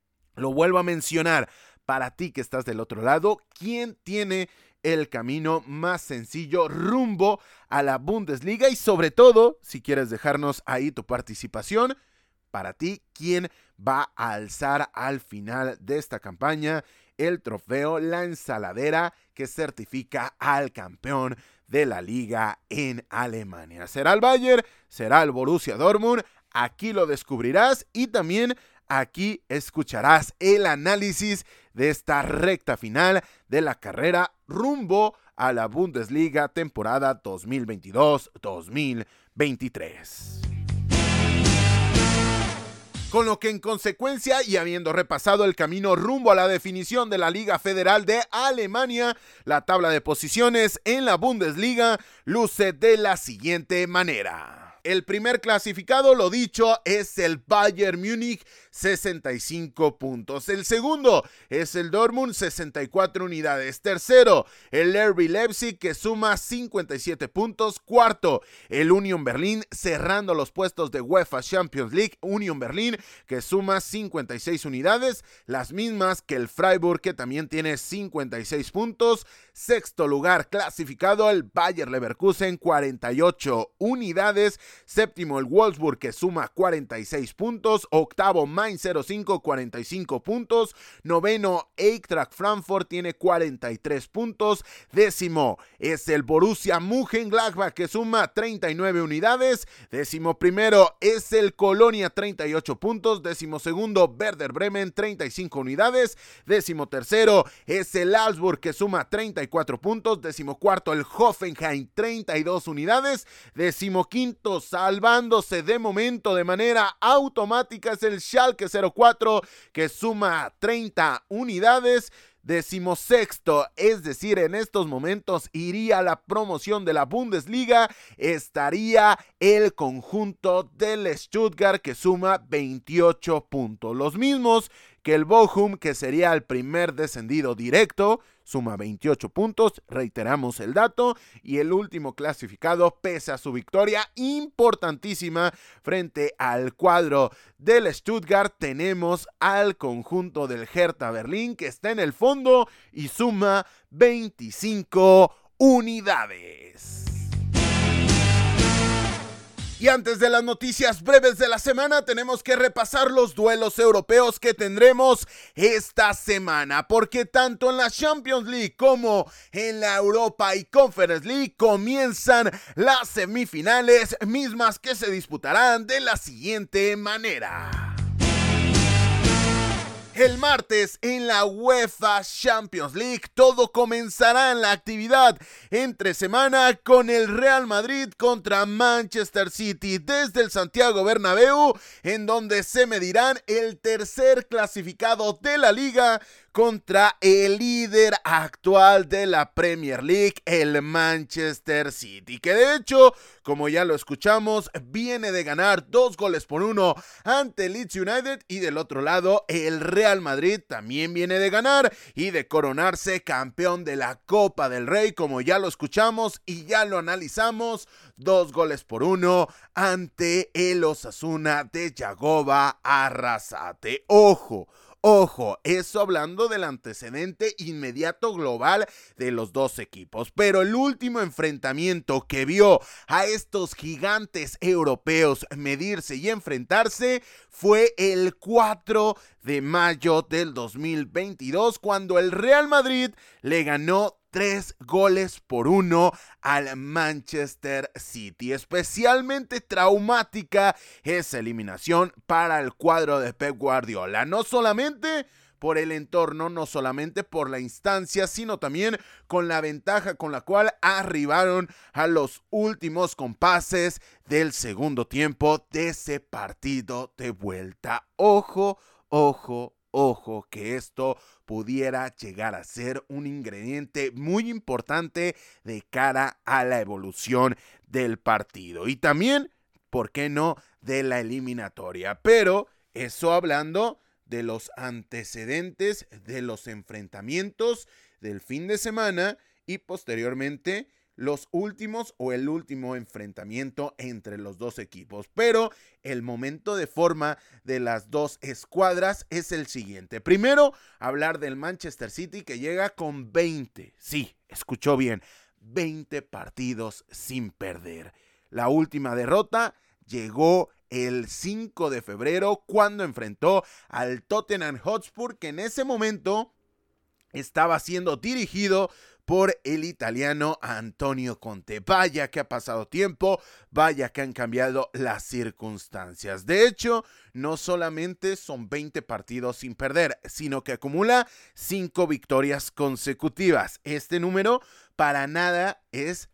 lo vuelvo a mencionar, para ti que estás del otro lado, ¿quién tiene el camino más sencillo rumbo a la Bundesliga? Y sobre todo, si quieres dejarnos ahí tu participación, para ti, ¿quién va a alzar al final de esta campaña el trofeo La Ensaladera, que certifica al campeón de la liga en Alemania. ¿Será el Bayern? ¿Será el Borussia Dortmund? Aquí lo descubrirás y también aquí escucharás el análisis de esta recta final de la carrera rumbo a la Bundesliga temporada dos mil veintidós dos mil veintitrés. Con lo que en consecuencia, y habiendo repasado el camino rumbo a la definición de la Liga Federal de Alemania, la tabla de posiciones en la Bundesliga luce de la siguiente manera. El primer clasificado, lo dicho, es el Bayern Múnich, sesenta y cinco puntos. El segundo es el Dortmund, sesenta y cuatro unidades. Tercero, el R B Leipzig, que suma cincuenta y siete puntos. Cuarto, el Union Berlin, cerrando los puestos de UEFA Champions League. Union Berlin, que suma cincuenta y seis unidades, las mismas que el Freiburg, que también tiene cincuenta y seis puntos. Sexto lugar clasificado, el Bayer Leverkusen, cuarenta y ocho unidades. Séptimo, el Wolfsburg, que suma cuarenta y seis puntos. Octavo, Mainz cero cinco, cuarenta y cinco puntos. Noveno, Eintracht Frankfurt, tiene cuarenta y tres puntos. Décimo es el Borussia Mönchengladbach, que suma treinta y nueve unidades. Décimo primero es el Colonia, treinta y ocho puntos. Décimo segundo, Werder Bremen, treinta y cinco unidades. Décimo tercero es el Augsburg, que suma treinta y cuatro puntos. Décimo cuarto, el Hoffenheim, treinta y dos unidades. Décimo quinto, salvándose de momento de manera automática, es el Schalke cero cuatro, que suma treinta unidades. Decimosexto, es decir, en estos momentos iría a la promoción de la Bundesliga, estaría el conjunto del Stuttgart, que suma veintiocho puntos, los mismos que el Bochum, que sería el primer descendido directo, suma veintiocho puntos, reiteramos el dato, y el último clasificado, pese a su victoria importantísima frente al cuadro del Stuttgart, tenemos al conjunto del Hertha Berlín, que está en el fondo y suma veinticinco unidades. Y antes de las noticias breves de la semana, tenemos que repasar los duelos europeos que tendremos esta semana, porque tanto en la Champions League como en la Europa y Conference League comienzan las semifinales, mismas que se disputarán de la siguiente manera. El martes en la UEFA Champions League todo comenzará en la actividad entre semana con el Real Madrid contra Manchester City desde el Santiago Bernabéu, en donde se medirán el tercer clasificado de la liga contra el líder actual de la Premier League, el Manchester City, que de hecho, como ya lo escuchamos, viene de ganar dos goles por uno ante Leeds United, y del otro lado el Real Madrid también viene de ganar y de coronarse campeón de la Copa del Rey, como ya lo escuchamos y ya lo analizamos, dos goles por uno ante el Osasuna de Yagoba Arrasate. Ojo, Ojo, eso hablando del antecedente inmediato global de los dos equipos, pero el último enfrentamiento que vio a estos gigantes europeos medirse y enfrentarse fue el cuatro de mayo del dos mil veintidós, cuando el Real Madrid le ganó tres goles por uno al Manchester City. Especialmente traumática esa eliminación para el cuadro de Pep Guardiola, no solamente por el entorno, no solamente por la instancia, sino también con la ventaja con la cual arribaron a los últimos compases del segundo tiempo de ese partido de vuelta. Ojo, ojo, ojo, que esto pudiera llegar a ser un ingrediente muy importante de cara a la evolución del partido. Y también, ¿por qué no?, de la eliminatoria. Pero eso hablando de los antecedentes de los enfrentamientos del fin de semana y posteriormente los últimos o el último enfrentamiento entre los dos equipos. Pero el momento de forma de las dos escuadras es el siguiente. Primero, hablar del Manchester City, que llega con veinte, sí, escuchó bien, veinte partidos sin perder. La última derrota llegó el cinco de febrero cuando enfrentó al Tottenham Hotspur, que en ese momento estaba siendo dirigido por el italiano Antonio Conte. Vaya que ha pasado tiempo, vaya que han cambiado las circunstancias. De hecho, no solamente son veinte partidos sin perder, sino que acumula cinco victorias consecutivas. Este número para nada es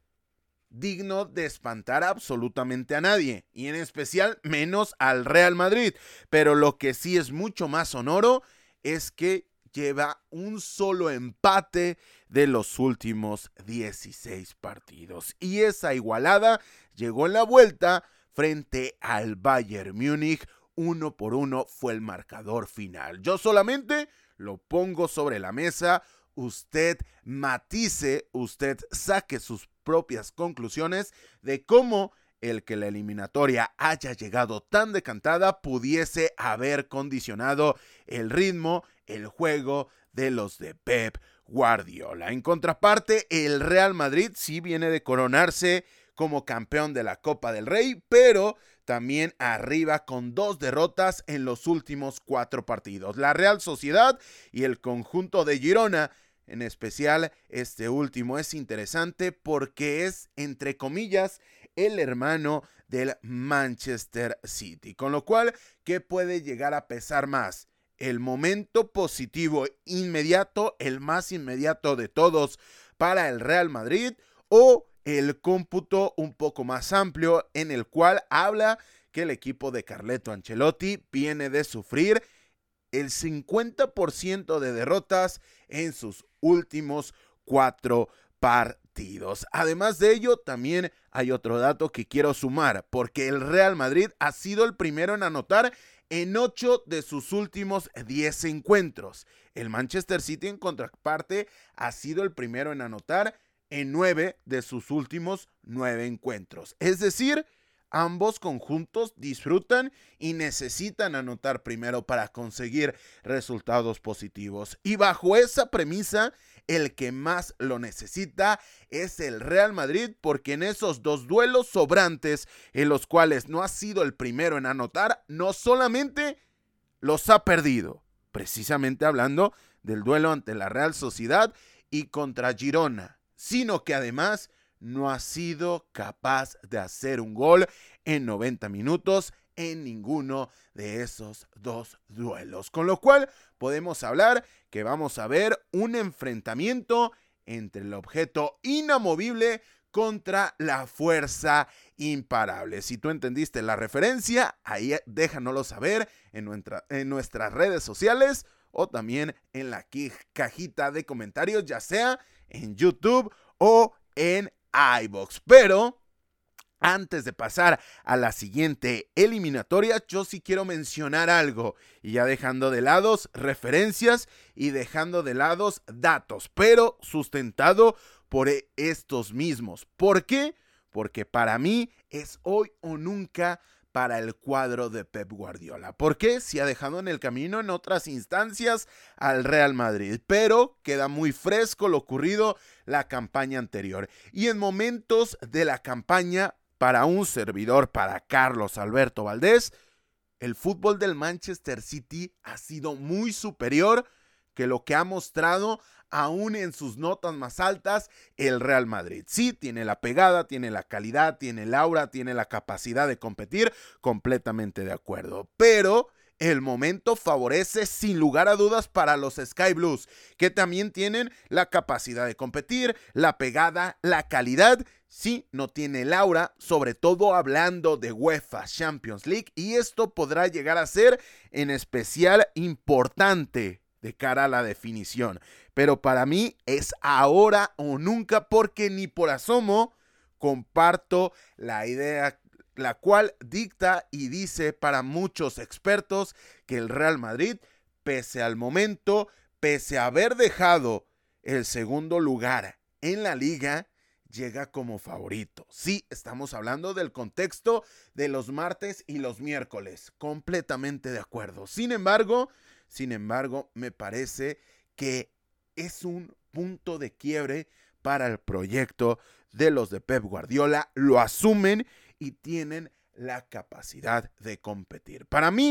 digno de espantar absolutamente a nadie, y en especial menos al Real Madrid. Pero lo que sí es mucho más sonoro es que lleva un solo empate de los últimos dieciséis partidos. Y esa igualada llegó en la vuelta frente al Bayern Múnich. Uno por uno fue el marcador final. Yo solamente lo pongo sobre la mesa. Usted matice, usted saque sus propias conclusiones de cómo el que la eliminatoria haya llegado tan decantada pudiese haber condicionado el ritmo, el juego de los de Pep Guardiola. En contraparte, el Real Madrid sí viene de coronarse como campeón de la Copa del Rey, pero también arriba con dos derrotas en los últimos cuatro partidos. La Real Sociedad y el conjunto de Girona, en especial este último, es interesante porque es, entre comillas, el hermano del Manchester City. Con lo cual, ¿qué puede llegar a pesar más? El momento positivo inmediato, el más inmediato de todos para el Real Madrid, o el cómputo un poco más amplio en el cual habla que el equipo de Carleto Ancelotti viene de sufrir el cincuenta por ciento de derrotas en sus últimos cuatro partidos. Además de ello, también hay otro dato que quiero sumar, porque el Real Madrid ha sido el primero en anotar en ocho de sus últimos diez encuentros. El Manchester City, en contraparte, ha sido el primero en anotar en nueve de sus últimos nueve encuentros. Es decir, ambos conjuntos disfrutan y necesitan anotar primero para conseguir resultados positivos. Y bajo esa premisa, el que más lo necesita es el Real Madrid, porque en esos dos duelos sobrantes en los cuales no ha sido el primero en anotar, no solamente los ha perdido, precisamente hablando del duelo ante la Real Sociedad y contra Girona, sino que además no ha sido capaz de hacer un gol en noventa minutos en ninguno de esos dos duelos. Con lo cual podemos hablar que vamos a ver un enfrentamiento entre el objeto inamovible contra la fuerza imparable. Si tú entendiste la referencia, ahí déjanoslo saber en, nuestra, en nuestras redes sociales o también en la cajita de comentarios, ya sea en YouTube o en iVoox. Pero antes de pasar a la siguiente eliminatoria, yo sí quiero mencionar algo, y ya dejando de lado referencias y dejando de lado datos, pero sustentado por estos mismos. ¿Por qué? Porque para mí es hoy o nunca para el cuadro de Pep Guardiola. ¿Por qué? Si ha dejado en el camino en otras instancias al Real Madrid, pero queda muy fresco lo ocurrido la campaña anterior. Y en momentos de la campaña, para un servidor, para Carlos Alberto Valdés, el fútbol del Manchester City ha sido muy superior que lo que ha mostrado aún en sus notas más altas el Real Madrid. Sí, tiene la pegada, tiene la calidad, tiene el aura, tiene la capacidad de competir, completamente de acuerdo. Pero el momento favorece sin lugar a dudas para los Sky Blues, que también tienen la capacidad de competir, la pegada, la calidad. Sí, no tiene el aura, sobre todo hablando de UEFA Champions League, y esto podrá llegar a ser en especial importante de cara a la definición. Pero para mí es ahora o nunca, porque ni por asomo comparto la idea la cual dicta y dice para muchos expertos que el Real Madrid, pese al momento, pese a haber dejado el segundo lugar en la liga, llega como favorito. Sí, estamos hablando del contexto de los martes y los miércoles, completamente de acuerdo. Sin embargo, sin embargo, me parece que es un punto de quiebre para el proyecto de los de Pep Guardiola. Lo asumen y tienen la capacidad de competir. Para mí,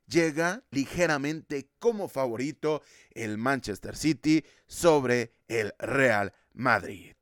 llega ligeramente como favorito el Manchester City sobre el Real Madrid.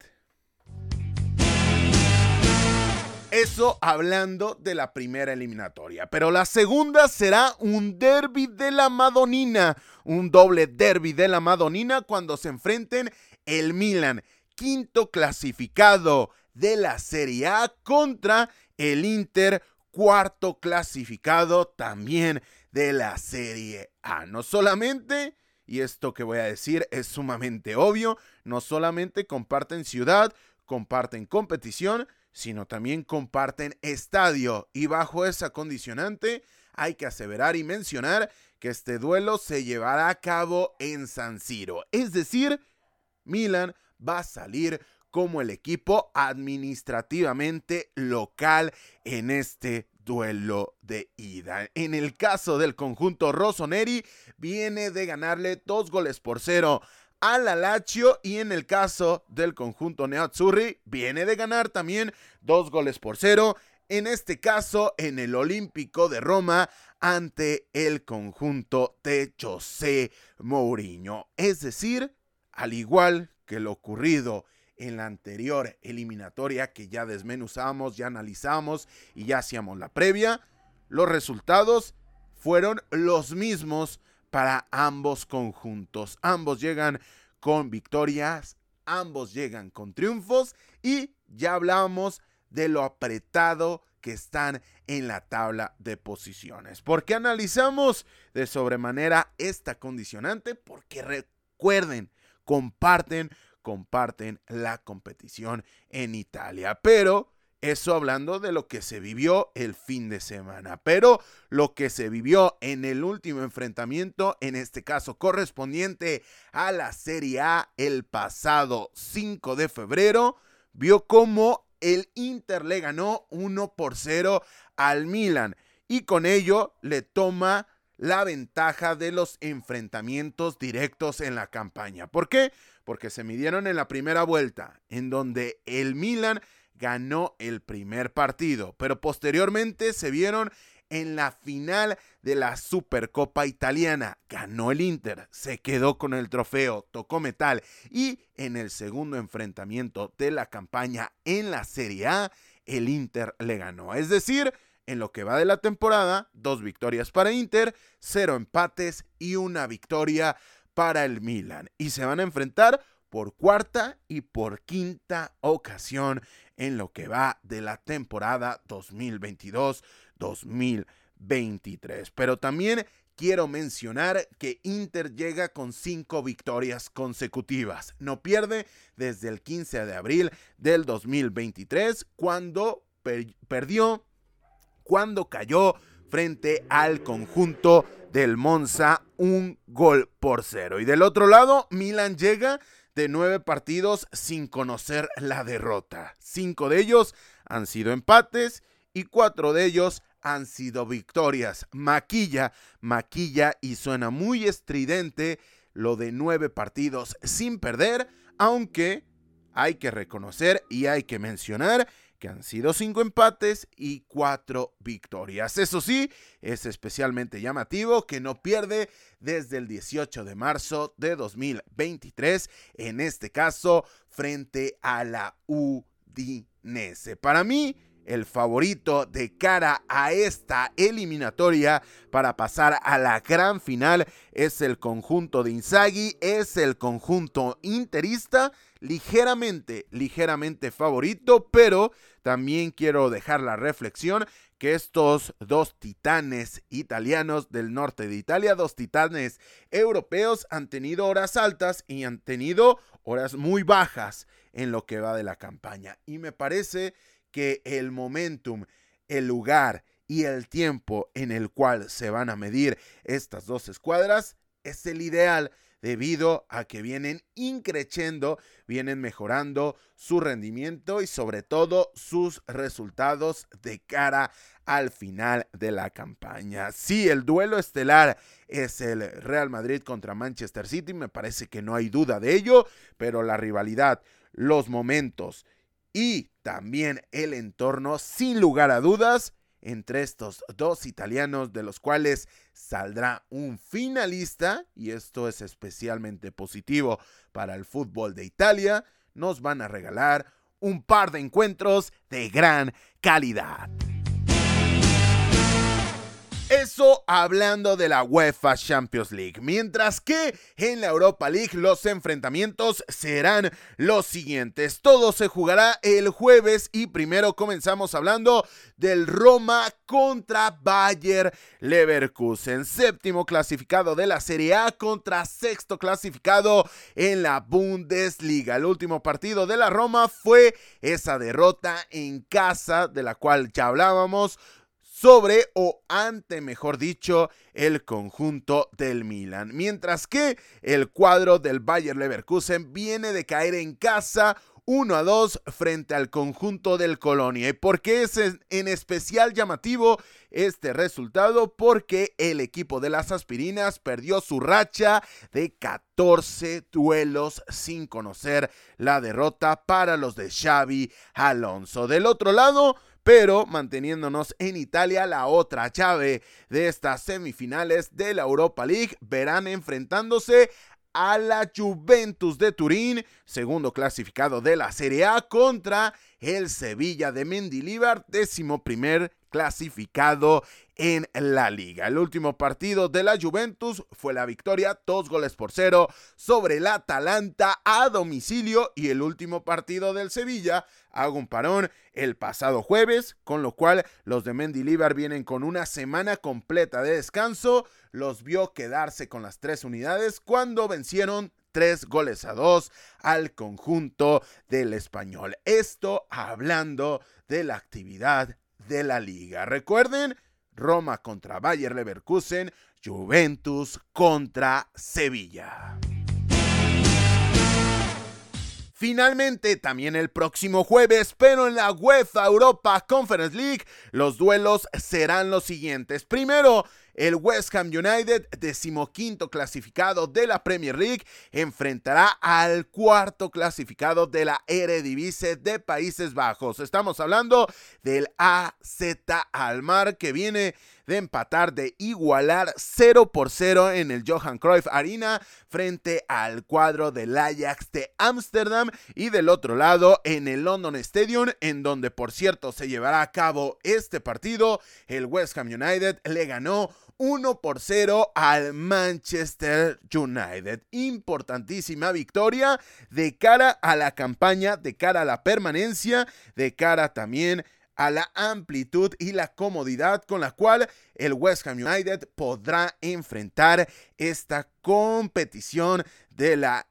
Eso hablando de la primera eliminatoria, pero la segunda será un derbi de la Madonina, un doble derbi de la Madonina cuando se enfrenten el Milan, quinto clasificado de la Serie A, contra el Inter, cuarto clasificado también de la Serie A. No solamente, y esto que voy a decir es sumamente obvio, no solamente comparten ciudad, comparten competición, sino también comparten estadio, y bajo esa condicionante hay que aseverar y mencionar que este duelo se llevará a cabo en San Siro, es decir, Milan va a salir como el equipo administrativamente local en este duelo de ida. En el caso del conjunto rossoneri, viene de ganarle dos goles por cero a la Lazio, y en el caso del conjunto nerazzurri viene de ganar también dos goles por cero, en este caso en el Olímpico de Roma ante el conjunto de José Mourinho. Es decir, al igual que lo ocurrido en la anterior eliminatoria que ya desmenuzamos, ya analizamos y ya hacíamos la previa, los resultados fueron los mismos para ambos conjuntos. Ambos llegan con victorias, ambos llegan con triunfos, y ya hablamos de lo apretado que están en la tabla de posiciones. ¿Por qué analizamos de sobremanera esta condicionante? Porque recuerden, comparten, comparten la competición en Italia, pero eso hablando de lo que se vivió el fin de semana, pero lo que se vivió en el último enfrentamiento, en este caso correspondiente a la Serie A el pasado cinco de febrero, vio cómo el Inter le ganó uno por cero al Milan, y con ello le toma la ventaja de los enfrentamientos directos en la campaña. ¿Por qué? Porque se midieron en la primera vuelta, en donde el Milan ganó el primer partido, pero posteriormente se vieron en la final de la Supercopa Italiana. Ganó el Inter, se quedó con el trofeo, tocó metal, y en el segundo enfrentamiento de la campaña en la Serie A, el Inter le ganó. Es decir, en lo que va de la temporada, dos victorias para Inter, cero empates y una victoria para el Milan. Y se van a enfrentar por cuarta y por quinta ocasión en lo que va de la temporada dos mil veintidós dos mil veintitrés. Pero también quiero mencionar que Inter llega con cinco victorias consecutivas. No pierde desde el quince de abril del dos mil veintitrés, cuando per- perdió, cuando cayó frente al conjunto del Monza un gol por cero. Y del otro lado, Milan llega de nueve partidos sin conocer la derrota. Cinco de ellos han sido empates y cuatro de ellos han sido victorias. Maquilla, maquilla y suena muy estridente lo de nueve partidos sin perder, aunque hay que reconocer y hay que mencionar que han sido cinco empates y cuatro victorias. Eso sí, es especialmente llamativo que no pierde desde el dieciocho de marzo de dos mil veintitrés, en este caso frente a la Udinese. Para mí, el favorito de cara a esta eliminatoria para pasar a la gran final es el conjunto de Inzaghi, es el conjunto interista, ligeramente, ligeramente favorito, pero también quiero dejar la reflexión que estos dos titanes italianos del norte de Italia, dos titanes europeos, han tenido horas altas y han tenido horas muy bajas en lo que va de la campaña. Y me parece que el momentum, el lugar y el tiempo en el cual se van a medir estas dos escuadras es el ideal, debido a que vienen increciendo, vienen mejorando su rendimiento y sobre todo sus resultados de cara al final de la campaña. Sí, el duelo estelar es el Real Madrid contra Manchester City, me parece que no hay duda de ello, pero la rivalidad, los momentos y también el entorno, sin lugar a dudas, entre estos dos italianos, de los cuales saldrá un finalista, y esto es especialmente positivo para el fútbol de Italia. Nos van a regalar un par de encuentros de gran calidad. Eso hablando de la UEFA Champions League, mientras que en la Europa League los enfrentamientos serán los siguientes. Todo se jugará el jueves y primero comenzamos hablando del Roma contra Bayer Leverkusen, séptimo clasificado de la Serie A contra sexto clasificado en la Bundesliga. El último partido de la Roma fue esa derrota en casa de la cual ya hablábamos, sobre o ante, mejor dicho, el conjunto del Milan. Mientras que el cuadro del Bayer Leverkusen viene de caer en casa uno a dos frente al conjunto del Colonia. ¿Y por qué es en especial llamativo este resultado? Porque el equipo de las aspirinas perdió su racha de catorce duelos sin conocer la derrota para los de Xabi Alonso. Del otro lado, pero manteniéndonos en Italia, la otra llave de estas semifinales de la Europa League verán enfrentándose a la Juventus de Turín, segundo clasificado de la Serie A, contra el Sevilla de Mendilibar, décimo primer clasificado en la liga. El último partido de la Juventus fue la victoria, dos goles por cero sobre el Atalanta a domicilio, y el último partido del Sevilla hago un parón el pasado jueves, con lo cual los de Mendilibar vienen con una semana completa de descanso. Los vio quedarse con las tres unidades cuando vencieron tres goles a dos al conjunto del Español. Esto hablando de la actividad de la liga. Recuerden, Roma contra Bayer Leverkusen, Juventus contra Sevilla. Finalmente, también el próximo jueves, pero en la UEFA Europa Conference League, los duelos serán los siguientes. Primero, el West Ham United, decimoquinto clasificado de la Premier League, enfrentará al cuarto clasificado de la Eredivisie de Países Bajos. Estamos hablando del A Z Alkmaar, que viene de empatar, de igualar cero por cero en el Johan Cruyff Arena frente al cuadro del Ajax de Ámsterdam, y del otro lado en el London Stadium, en donde por cierto se llevará a cabo este partido, el West Ham United le ganó uno por cero al Manchester United. Importantísima victoria de cara a la campaña, de cara a la permanencia, de cara también a la amplitud y la comodidad con la cual el West Ham United podrá enfrentar esta competición de la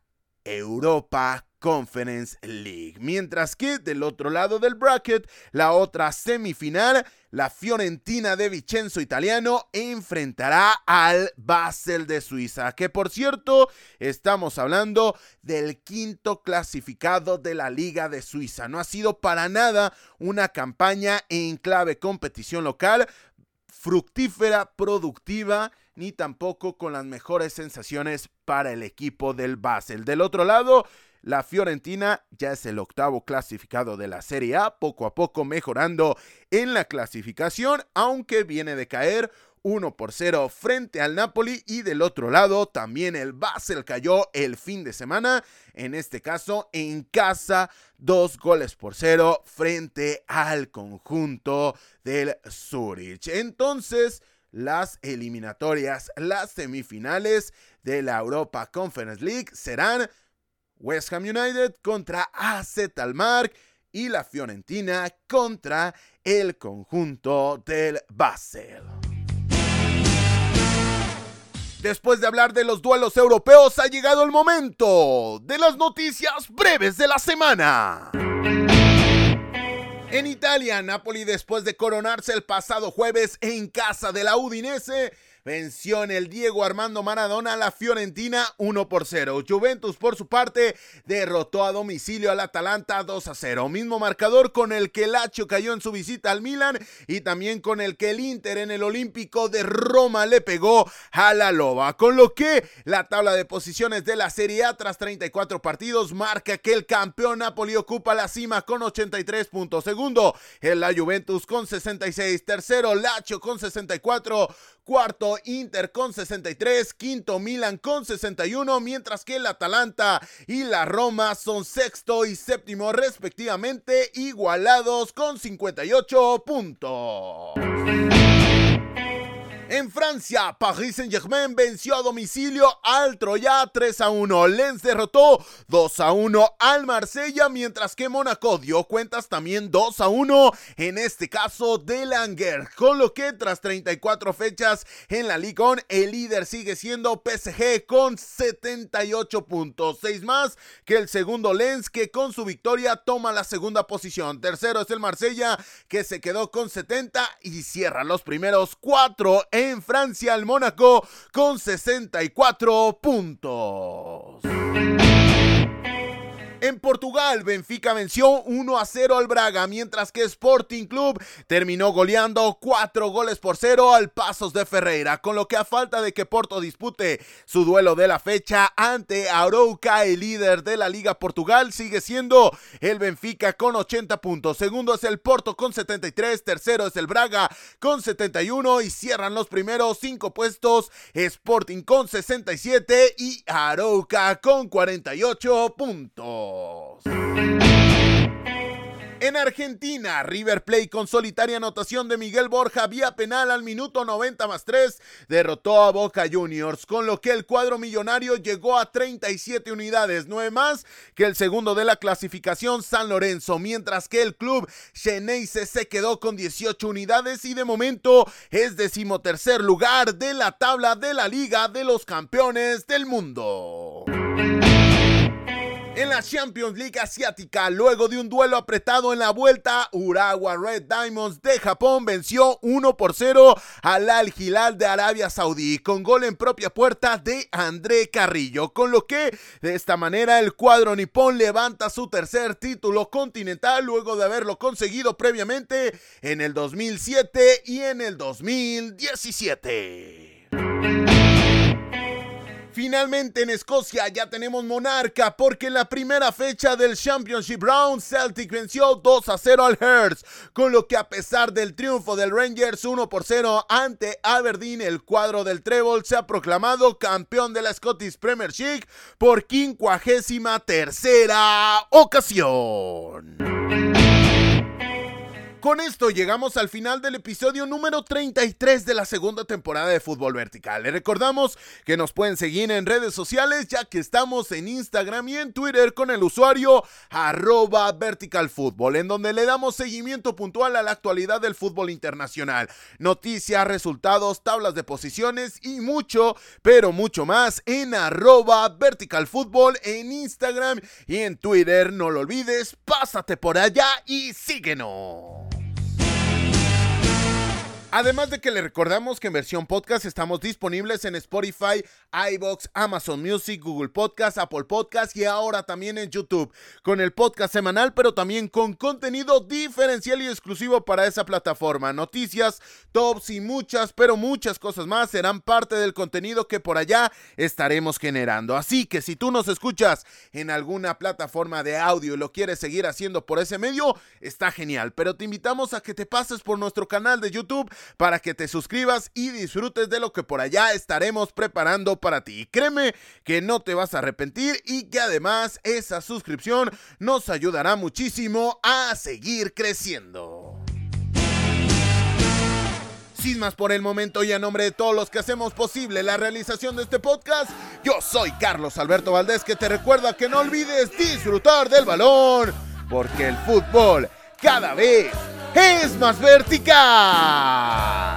Europa Conference League. Mientras que del otro lado del bracket, la otra semifinal, la Fiorentina de Vincenzo Italiano enfrentará al Basel de Suiza, que por cierto estamos hablando del quinto clasificado de la Liga de Suiza. No ha sido para nada una campaña en clave competición local fructífera, productiva, ni tampoco con las mejores sensaciones para el equipo del Basel. Del otro lado, la Fiorentina ya es el octavo clasificado de la Serie A, poco a poco mejorando en la clasificación, aunque viene de caer uno por cero frente al Napoli, y del otro lado también el Basel cayó el fin de semana, en este caso en casa, dos goles por cero frente al conjunto del Zurich. Entonces, las eliminatorias, las semifinales de la Europa Conference League serán West Ham United contra A Z Alkmaar y la Fiorentina contra el conjunto del Basel. Después de hablar de los duelos europeos, ha llegado el momento de las noticias breves de la semana. En Italia, Napoli, después de coronarse el pasado jueves en casa de la Udinese, venció en el Diego Armando Maradona a la Fiorentina uno por cero. Juventus, por su parte, derrotó a domicilio al Atalanta dos a cero. Mismo marcador con el que Lazio cayó en su visita al Milan y también con el que el Inter en el Olímpico de Roma le pegó a la Loba. Con lo que la tabla de posiciones de la Serie A tras treinta y cuatro partidos marca que el campeón Napoli ocupa la cima con ochenta y tres puntos. Segundo, el la Juventus con sesenta y seis. Tercero, Lazio con sesenta y cuatro. Cuarto, Inter con sesenta y tres. Quinto, Milan con sesenta y uno. Mientras que el Atalanta y la Roma son sexto y séptimo respectivamente, igualados con cincuenta y ocho puntos. En Francia, Paris Saint-Germain venció a domicilio al Troyes tres a uno. Lens derrotó dos a uno al Marsella, mientras que Mónaco dio cuentas también dos a uno, en este caso del Angers. Con lo que tras treinta y cuatro fechas en la Ligue uno, el líder sigue siendo P S G con setenta y ocho puntos, seis más que el segundo Lens, que con su victoria toma la segunda posición. Tercero es el Marsella, que se quedó con setenta y cierra los primeros cuatro. En Francia, el Mónaco con sesenta y cuatro puntos. En Portugal, Benfica venció uno a cero al Braga, mientras que Sporting Club terminó goleando cuatro goles por cero al Paços de Ferreira, con lo que a falta de que Porto dispute su duelo de la fecha ante Arouca, el líder de la Liga Portugal sigue siendo el Benfica con ochenta puntos. Segundo es el Porto con setenta y tres, tercero es el Braga con setenta y uno y cierran los primeros cinco puestos Sporting con sesenta y siete y Arouca con cuarenta y ocho puntos. En Argentina, River Plate con solitaria anotación de Miguel Borja vía penal al minuto noventa más tres derrotó a Boca Juniors, con lo que el cuadro millonario llegó a treinta y siete unidades, nueve más que el segundo de la clasificación San Lorenzo, mientras que el club Xeneize se quedó con dieciocho unidades y de momento es decimotercer lugar de la tabla de la Liga de los Campeones del Mundo. En la Champions League asiática, luego de un duelo apretado en la vuelta, Urawa Red Diamonds de Japón venció uno por cero al Al Hilal de Arabia Saudí, con gol en propia puerta de André Carrillo, con lo que de esta manera el cuadro nipón levanta su tercer título continental luego de haberlo conseguido previamente en el dos mil siete y en el dos mil diecisiete. Finalmente en Escocia ya tenemos monarca, porque en la primera fecha del Championship Round Celtic venció dos a cero al Hearts, con lo que a pesar del triunfo del Rangers uno por cero ante Aberdeen, el cuadro del Treble se ha proclamado campeón de la Scottish Premiership por quincuagésima tercera ocasión. Con esto llegamos al final del episodio número treinta y tres de la segunda temporada de Fútbol Vertical. Les recordamos que nos pueden seguir en redes sociales, ya que estamos en Instagram y en Twitter con el usuario arroba verticalfútbol, en donde le damos seguimiento puntual a la actualidad del fútbol internacional, noticias, resultados, tablas de posiciones y mucho, pero mucho más en arroba verticalfútbol en Instagram y en Twitter. No lo olvides, pásate por allá y síguenos. Además de que le recordamos que en versión podcast estamos disponibles en Spotify, iVoox, Amazon Music, Google Podcast, Apple Podcast y ahora también en YouTube, con el podcast semanal, pero también con contenido diferencial y exclusivo para esa plataforma. Noticias, tops y muchas, pero muchas cosas más serán parte del contenido que por allá estaremos generando. Así que si tú nos escuchas en alguna plataforma de audio y lo quieres seguir haciendo por ese medio, está genial, pero te invitamos a que te pases por nuestro canal de YouTube para que te suscribas y disfrutes de lo que por allá estaremos preparando para ti. Créeme que no te vas a arrepentir y que además esa suscripción nos ayudará muchísimo a seguir creciendo. Sin más por el momento y a nombre de todos los que hacemos posible la realización de este podcast, yo soy Carlos Alberto Valdés, que te recuerda que no olvides disfrutar del balón, porque el fútbol cada vez es más vertical.